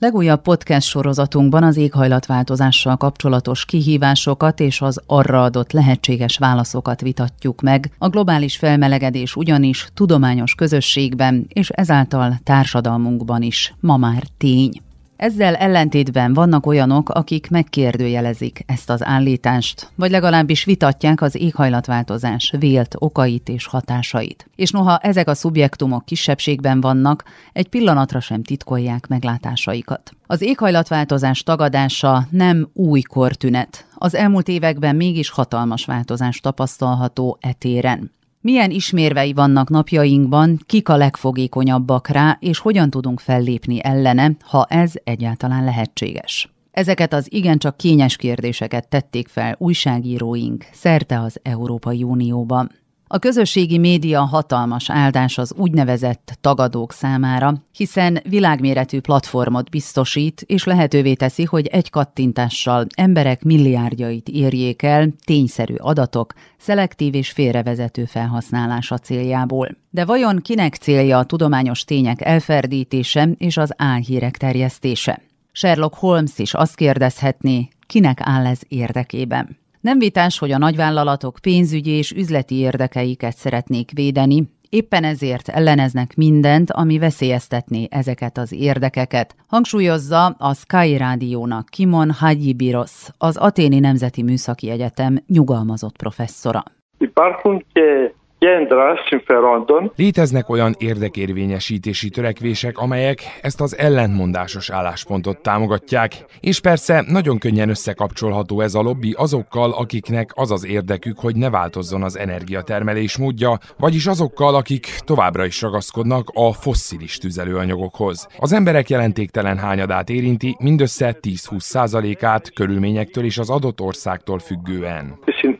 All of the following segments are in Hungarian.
Legújabb podcast sorozatunkban az éghajlatváltozással kapcsolatos kihívásokat és az arra adott lehetséges válaszokat vitatjuk meg. A globális felmelegedés ugyanis tudományos közösségben és ezáltal társadalmunkban is ma már tény. Ezzel ellentétben vannak olyanok, akik megkérdőjelezik ezt az állítást, vagy legalábbis vitatják az éghajlatváltozás vélt okait és hatásait. És noha ezek a szubjektumok kisebbségben vannak, egy pillanatra sem titkolják meglátásaikat. Az éghajlatváltozás tagadása nem új kortünet. Az elmúlt években mégis hatalmas változás tapasztalható e téren. Milyen ismérvei vannak napjainkban, kik a legfogékonyabbak rá, és hogyan tudunk fellépni ellene, ha ez egyáltalán lehetséges? Ezeket az igencsak kényes kérdéseket tették fel újságíróink szerte az Európai Unióban. A közösségi média hatalmas áldás az úgynevezett tagadók számára, hiszen világméretű platformot biztosít, és lehetővé teszi, hogy egy kattintással emberek milliárdjait érjék el tényszerű adatok, szelektív és félrevezető felhasználása céljából. De vajon kinek célja a tudományos tények elferdítése és az álhírek terjesztése? Sherlock Holmes is azt kérdezhetné, kinek áll ez érdekében? Nem vitás, hogy a nagyvállalatok pénzügyi és üzleti érdekeiket szeretnék védeni, éppen ezért elleneznek mindent, ami veszélyeztetné ezeket az érdekeket, hangsúlyozza a Sky Rádiónak Kimon Hadjibiros, az Athéni Nemzeti Műszaki Egyetem nyugalmazott professzora. Léteznek olyan érdekérvényesítési törekvések, amelyek ezt az ellentmondásos álláspontot támogatják, és persze nagyon könnyen összekapcsolható ez a lobby azokkal, akiknek az az érdekük, hogy ne változzon az energiatermelés módja, vagyis azokkal, akik továbbra is ragaszkodnak a fosszilis tüzelőanyagokhoz. Az emberek jelentéktelen hányadát érinti, mindössze 10-20%-át körülményektől és az adott országtól függően.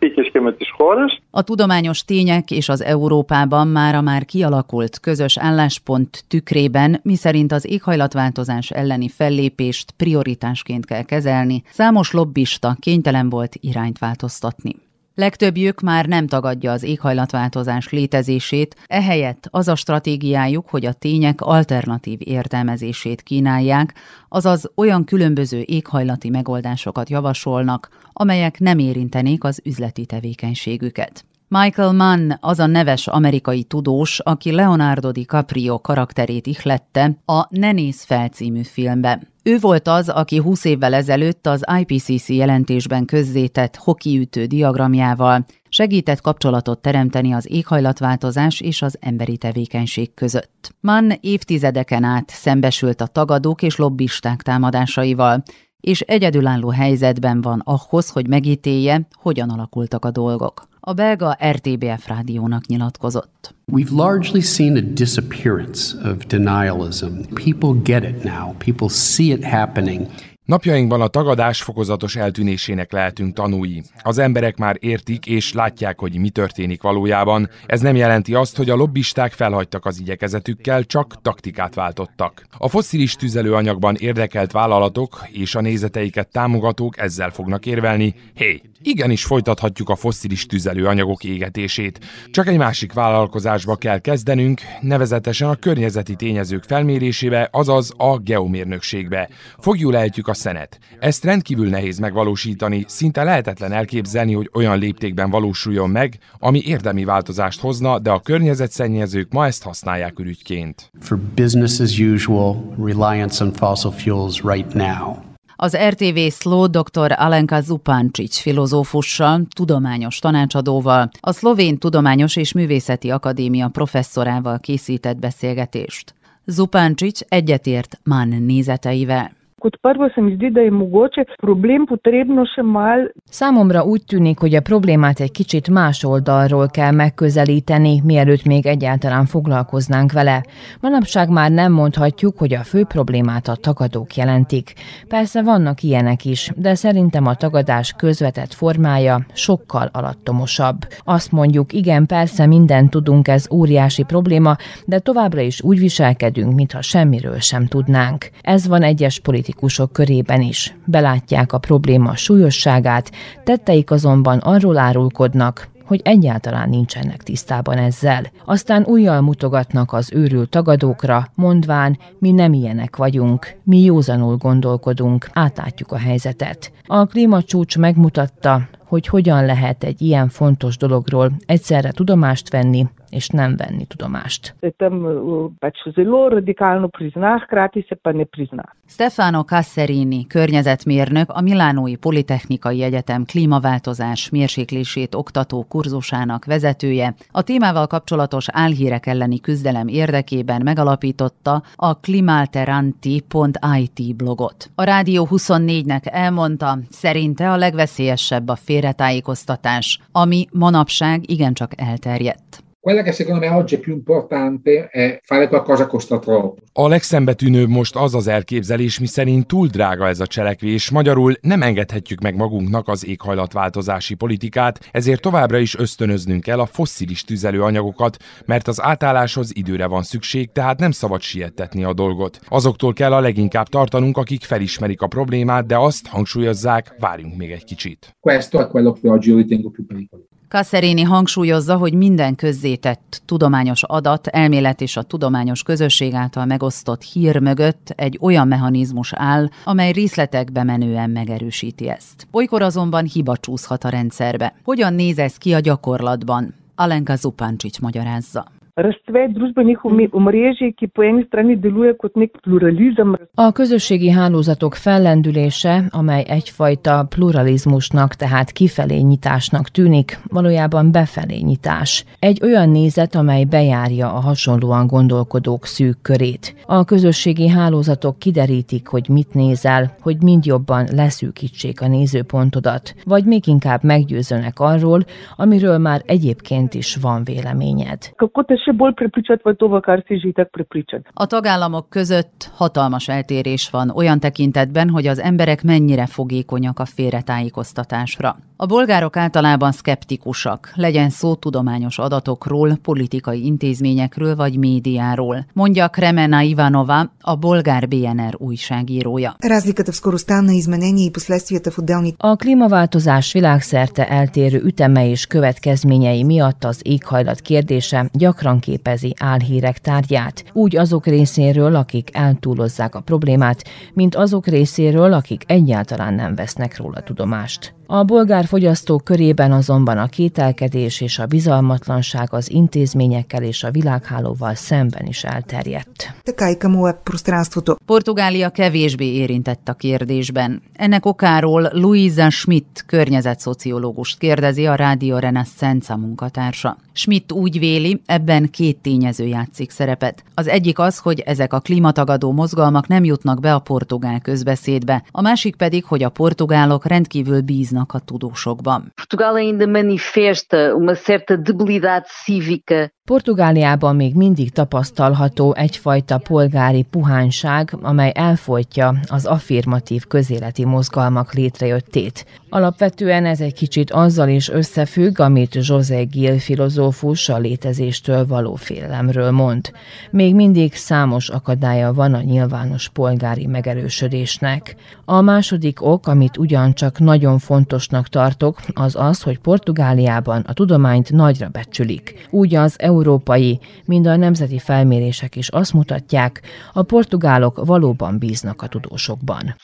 A tudományos tények és az Európában már kialakult közös álláspont tükrében, miszerint az éghajlatváltozás elleni fellépést prioritásként kell kezelni, számos lobbista kénytelen volt irányt változtatni. Legtöbbjük már nem tagadja az éghajlatváltozás létezését, ehelyett az a stratégiájuk, hogy a tények alternatív értelmezését kínálják, azaz olyan különböző éghajlati megoldásokat javasolnak, amelyek nem érintenék az üzleti tevékenységüket. Michael Mann az a neves amerikai tudós, aki Leonardo DiCaprio karakterét ihlette a Ne nézz fel című filmben. Ő volt az, aki 20 évvel ezelőtt az IPCC jelentésben közzétett hokiütő diagramjával segített kapcsolatot teremteni az éghajlatváltozás és az emberi tevékenység között. Mann évtizedeken át szembesült a tagadók és lobbisták támadásaival, és egyedülálló helyzetben van ahhoz, hogy megítélje, hogyan alakultak a dolgok. A belga RTBF rádiónak nyilatkozott. We've largely seen a disappearance of denialism. People get it now. People see it happening. Napjainkban a tagadás fokozatos eltűnésének lehetünk tanúi. Az emberek már értik és látják, hogy mi történik valójában. Ez nem jelenti azt, hogy a lobbisták felhagytak az igyekezetükkel, csak taktikát váltottak. A fosszilis tüzelőanyagban érdekelt vállalatok és a nézeteiket támogatók ezzel fognak érvelni. Igenis folytathatjuk a fosszilis tüzelőanyagok égetését. Csak egy másik vállalkozásba kell kezdenünk, nevezetesen a környezeti tényezők felmérésébe, azaz a geomérnökségbe. Fogjulejtjük a szenet. Ezt rendkívül nehéz megvalósítani, szinte lehetetlen elképzelni, hogy olyan léptékben valósuljon meg, ami érdemi változást hozna, de a környezetszennyezők ma ezt használják ürügyként. For business as usual, reliance on fossil fuels right now. Az RTV Szló dr. Alenka Zupancic filozófussal, tudományos tanácsadóval, a Szlovén Tudományos és Művészeti Akadémia professzorával készített beszélgetést. Zupancic egyetért Mann nézeteivel. Számomra úgy tűnik, hogy a problémát egy kicsit más oldalról kell megközelíteni, mielőtt még egyáltalán foglalkoznánk vele. Manapság már nem mondhatjuk, hogy a fő problémát a tagadók jelentik. Persze vannak ilyenek is, de szerintem a tagadás közvetett formája sokkal alattomosabb. Azt mondjuk, igen, persze mindent tudunk, ez óriási probléma, de továbbra is úgy viselkedünk, mintha semmiről sem tudnánk. Ez van egyes politikusok körében is. Belátják a probléma súlyosságát, tetteik azonban arról árulkodnak, hogy egyáltalán nincsenek tisztában ezzel. Aztán újjal mutogatnak az őrült tagadókra, mondván, mi nem ilyenek vagyunk, mi józanul gondolkodunk, átlátjuk a helyzetet. A klímacsúcs megmutatta, hogy hogyan lehet egy ilyen fontos dologról egyszerre tudomást venni, és nem venni tudomást. Stefano Casserini, környezetmérnök, a Milánói Politechnikai Egyetem klímaváltozás mérséklését oktató kurzusának vezetője, a témával kapcsolatos álhírek elleni küzdelem érdekében megalapította a climalteranti.it blogot. A Rádió 24-nek elmondta, szerinte a legveszélyesebb a félretájékoztatás, ami manapság igencsak elterjedt. Quella che secondo me oggi è più importante è fare qualcosa costa troppo. A legszembetűnőbb most az az elképzelés, miszerint túl drága ez a cselekvés, magyarul nem engedhetjük meg magunknak az éghajlatváltozási politikát, ezért továbbra is ösztönöznünk kell a fosszilis tüzelőanyagokat, mert az átálláshoz időre van szükség, tehát nem szabad siettetni a dolgot. Azoktól kell a leginkább tartanunk, akik felismerik a problémát, de azt hangsúlyozzák, várjunk még egy kicsit. Questo è quello che oggi io ritengo più pericoloso. Casserini hangsúlyozza, hogy minden közzétett tudományos adat, elmélet és a tudományos közösség által megosztott hír mögött egy olyan mechanizmus áll, amely részletekbe menően megerősíti ezt. Olykor azonban hiba csúszhat a rendszerbe. Hogyan néz ez ki a gyakorlatban? Alenka Zupancic magyarázza. A közösségi hálózatok fellendülése, amely egyfajta pluralizmusnak, tehát kifelé nyitásnak tűnik, valójában befelé nyitás. Egy olyan nézet, amely bejárja a hasonlóan gondolkodók szűk körét. A közösségi hálózatok kiderítik, hogy mit nézel, hogy mind jobban leszűkítsék a nézőpontodat, vagy még inkább meggyőzönek arról, amiről már egyébként is van véleményed. A tagállamok között hatalmas eltérés van olyan tekintetben, hogy az emberek mennyire fogékonyak a félretájékoztatásra. A bolgárok általában szkeptikusak, legyen szó tudományos adatokról, politikai intézményekről vagy médiáról, mondja Kremena Ivanova, a bolgár BNR újságírója. A klímaváltozás világszerte eltérő üteme és következményei miatt az éghajlat kérdése gyakran képezi álhírek tárgyát, úgy azok részéről, akik eltúlozzák a problémát, mint azok részéről, akik egyáltalán nem vesznek róla tudomást. A bolgár fogyasztók körében azonban a kételkedés és a bizalmatlanság az intézményekkel és a világhálóval szemben is elterjedt. Portugália kevésbé érintett a kérdésben. Ennek okáról Luisa Schmidt környezetszociológust kérdezi a Radio Renascença munkatársa. Schmidt úgy véli, ebben két tényező játszik szerepet. Az egyik az, hogy ezek a klímatagadó mozgalmak nem jutnak be a portugál közbeszédbe, a másik pedig, hogy a portugálok rendkívül bíznak a tudósokban. Portugal ainda manifesta uma certa debilidade cívica. Portugáliában még mindig tapasztalható egyfajta polgári puhányság, amely elfojtja az affirmatív közéleti mozgalmak létrejöttét. Alapvetően ez egy kicsit azzal is összefügg, amit José Gil filozófus a létezéstől való félelemről mond. Még mindig számos akadálya van a nyilvános polgári megerősödésnek. A második ok, amit ugyancsak nagyon fontosnak tartok, az az, hogy Portugáliában a tudományt nagyra becsülik. Úgy az európai, mind a nemzeti felmérések is azt mutatják, a portugálok valóban bíznak a tudósokban.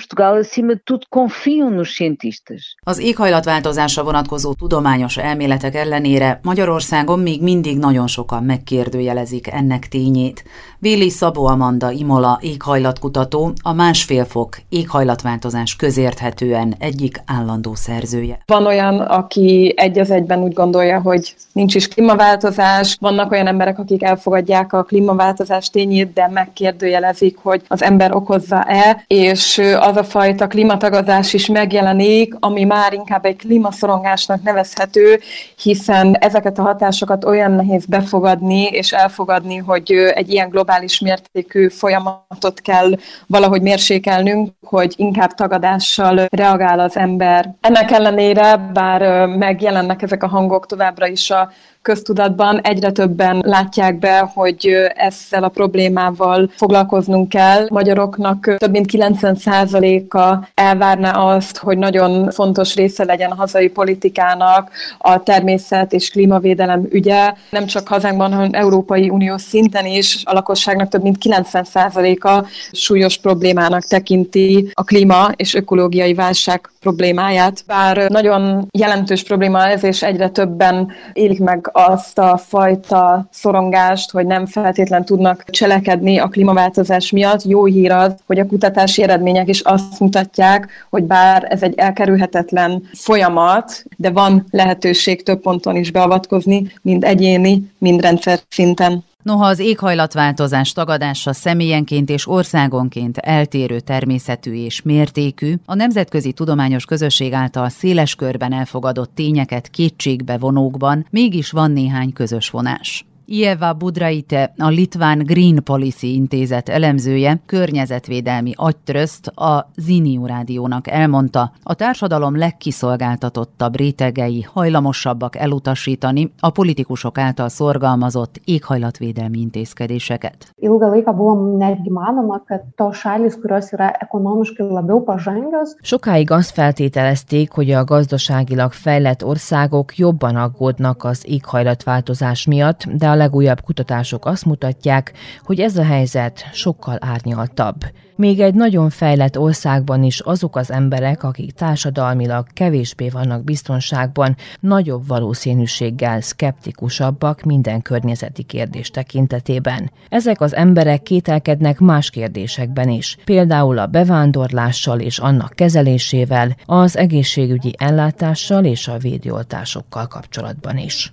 Az éghajlatváltozásra vonatkozó tudományos elméletek ellenére Magyarországon még mindig nagyon sokan megkérdőjelezik ennek tényét. Véli Szabó Amanda Imola éghajlatkutató, a 1,5 fok éghajlatváltozás közérthetően egyik állandó szerzője. Van olyan, aki egy az egyben úgy gondolja, hogy nincs is klímaváltozás, vannak olyan emberek, akik elfogadják a klímaváltozás tényét, de megkérdőjelezik, hogy az ember okozza-e, és az a fajta klímatagadás is megjelenik, ami már inkább egy klímaszorongásnak nevezhető, hiszen ezeket a hatásokat olyan nehéz befogadni és elfogadni, hogy egy ilyen globális mértékű folyamatot kell valahogy mérsékelnünk, hogy inkább tagadással reagál az ember. Ennek ellenére, bár megjelennek ezek a hangok továbbra is a köztudatban egyre többen látják be, hogy ezzel a problémával foglalkoznunk kell. Magyaroknak több mint 90%-a elvárná azt, hogy nagyon fontos része legyen a hazai politikának a természet és klímavédelem ügye. Nem csak hazánkban, hanem Európai Uniós szinten is a lakosságnak több mint 90%-a súlyos problémának tekinti a klíma és ökológiai válság problémáját. Bár nagyon jelentős probléma ez, és egyre többen élik meg azt a fajta szorongást, hogy nem feltétlen tudnak cselekedni a klímaváltozás miatt. Jó hír az, hogy a kutatási eredmények is azt mutatják, hogy bár ez egy elkerülhetetlen folyamat, de van lehetőség több ponton is beavatkozni, mind egyéni, mind rendszer szinten. Noha az éghajlatváltozás tagadása személyenként és országonként eltérő természetű és mértékű, a nemzetközi tudományos közösség által széles körben elfogadott tényeket kétségbe vonókban mégis van néhány közös vonás. Ieva Budraite, a litván Green Policy intézet elemzője, környezetvédelmi agytröszt a Ziniu rádiónak elmondta, a társadalom legkiszolgáltatottabb rétegei hajlamosabbak elutasítani a politikusok által szorgalmazott éghajlatvédelmi intézkedéseket. Sokáig azt feltételezték, hogy a gazdaságilag fejlett országok jobban aggódnak az éghajlatváltozás miatt, de a legújabb kutatások azt mutatják, hogy ez a helyzet sokkal árnyaltabb. Még egy nagyon fejlett országban is azok az emberek, akik társadalmilag kevésbé vannak biztonságban, nagyobb valószínűséggel szkeptikusabbak minden környezeti kérdés tekintetében. Ezek az emberek kételkednek más kérdésekben is, például a bevándorlással és annak kezelésével, az egészségügyi ellátással és a védőoltásokkal kapcsolatban is.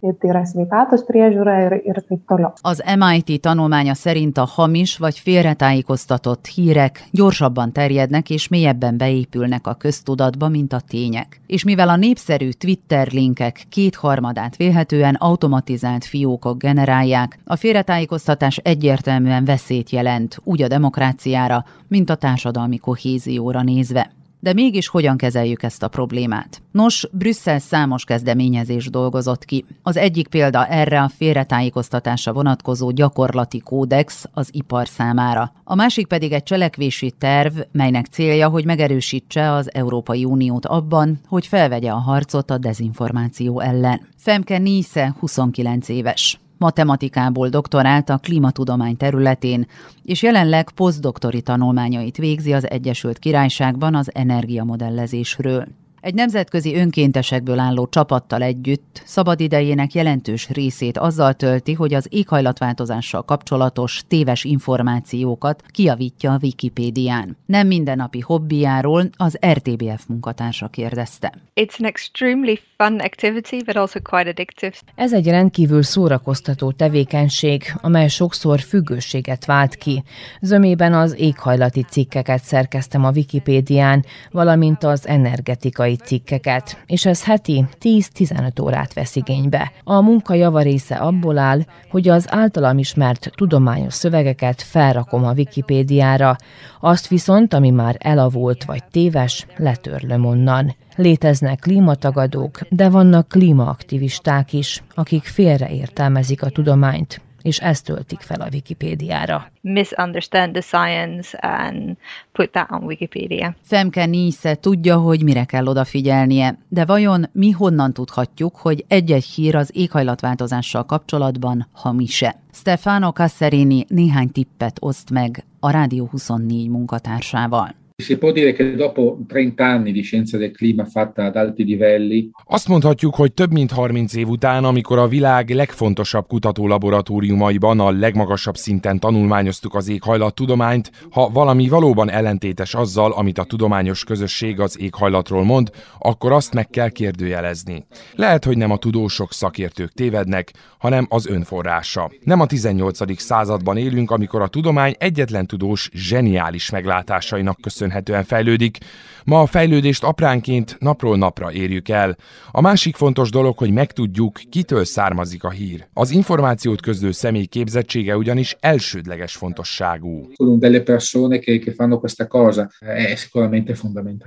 Az MIT tanulmánya szerint a hamis vagy félretájékoztatott hírek gyorsabban terjednek és mélyebben beépülnek a köztudatba, mint a tények. És mivel a népszerű Twitter linkek 2/3 vélhetően automatizált fiókok generálják, a félretájékoztatás egyértelműen veszélyt jelent úgy a demokráciára, mint a társadalmi kohézióra nézve. De mégis hogyan kezeljük ezt a problémát? Nos, Brüsszel számos kezdeményezés dolgozott ki. Az egyik példa erre a félretájékoztatásra vonatkozó gyakorlati kódex az ipar számára. A másik pedig egy cselekvési terv, melynek célja, hogy megerősítse az Európai Uniót abban, hogy felvegye a harcot a dezinformáció ellen. Femke Niese 29 éves. Matematikából doktorált a klímatudomány területén, és jelenleg posztdoktori tanulmányait végzi az Egyesült Királyságban az energiamodellezésről. Egy nemzetközi önkéntesekből álló csapattal együtt szabadidejének jelentős részét azzal tölti, hogy az éghajlatváltozással kapcsolatos téves információkat kijavítja a Wikipédián. Nem mindennapi hobbiáról az RTBF munkatársa kérdezte. It's an extremely fun activity, but also quite addictive. Ez egy rendkívül szórakoztató tevékenység, amely sokszor függőséget vált ki. Zömében az éghajlati cikkeket szerkeztem a Wikipédián, valamint az energetikai cikkeket, és ez heti 10-15 órát vesz igénybe. A munka javarésze abból áll, hogy az általam ismert tudományos szövegeket felrakom a Wikipédiára, azt viszont, ami már elavult vagy téves, letörlöm onnan. Léteznek klímatagadók, de vannak klímaaktivisták is, akik félreértelmezik a tudományt, és ezt töltik fel a Wikipédiára. Misunderstand the science and put that on Wikipedia. Femke Niese tudja, hogy mire kell odafigyelnie, de vajon mi honnan tudhatjuk, hogy egy-egy hír az éghajlatváltozással kapcsolatban hamis-e? Stefano Casserini néhány tippet oszt meg a Rádió 24 munkatársával. Si può dire che dopo 30 anni di scienza del clima fatta ad alti livelli. Azt mondhatjuk, hogy több mint 30 év után, amikor a világ legfontosabb kutatólaboratóriumaiban a legmagasabb szinten tanulmányoztuk az éghajlattudományt, ha valami valóban ellentétes azzal, amit a tudományos közösség az éghajlatról mond, akkor azt meg kell kérdőjelezni. Lehet, hogy nem a tudósok, szakértők tévednek, hanem az önforrása. Nem a 18. században élünk, amikor a tudomány egyetlen tudós zseniális meglátásainak köszönhetően fejlődik. Ma a fejlődést apránként napról napra érjük el. A másik fontos dolog, hogy megtudjuk, kitől származik a hír. Az információt közlő személy képzettsége ugyanis elsődleges fontosságú. Delle persone che fanno questa cosa è sicuramente fondamentale.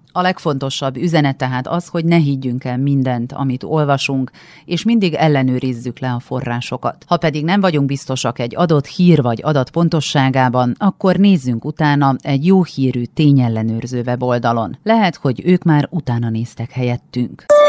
A legfontosabb üzenet tehát az, hogy ne higgyünk el mindent, amit olvasunk, és mindig ellenőrizzük le a forrásokat. Ha pedig nem vagyunk biztosak egy adott hír vagy adat pontosságában, akkor nézzünk utána egy jó hírű tényellenőrző weboldalon. Lehet, hogy ők már utána néztek helyettünk.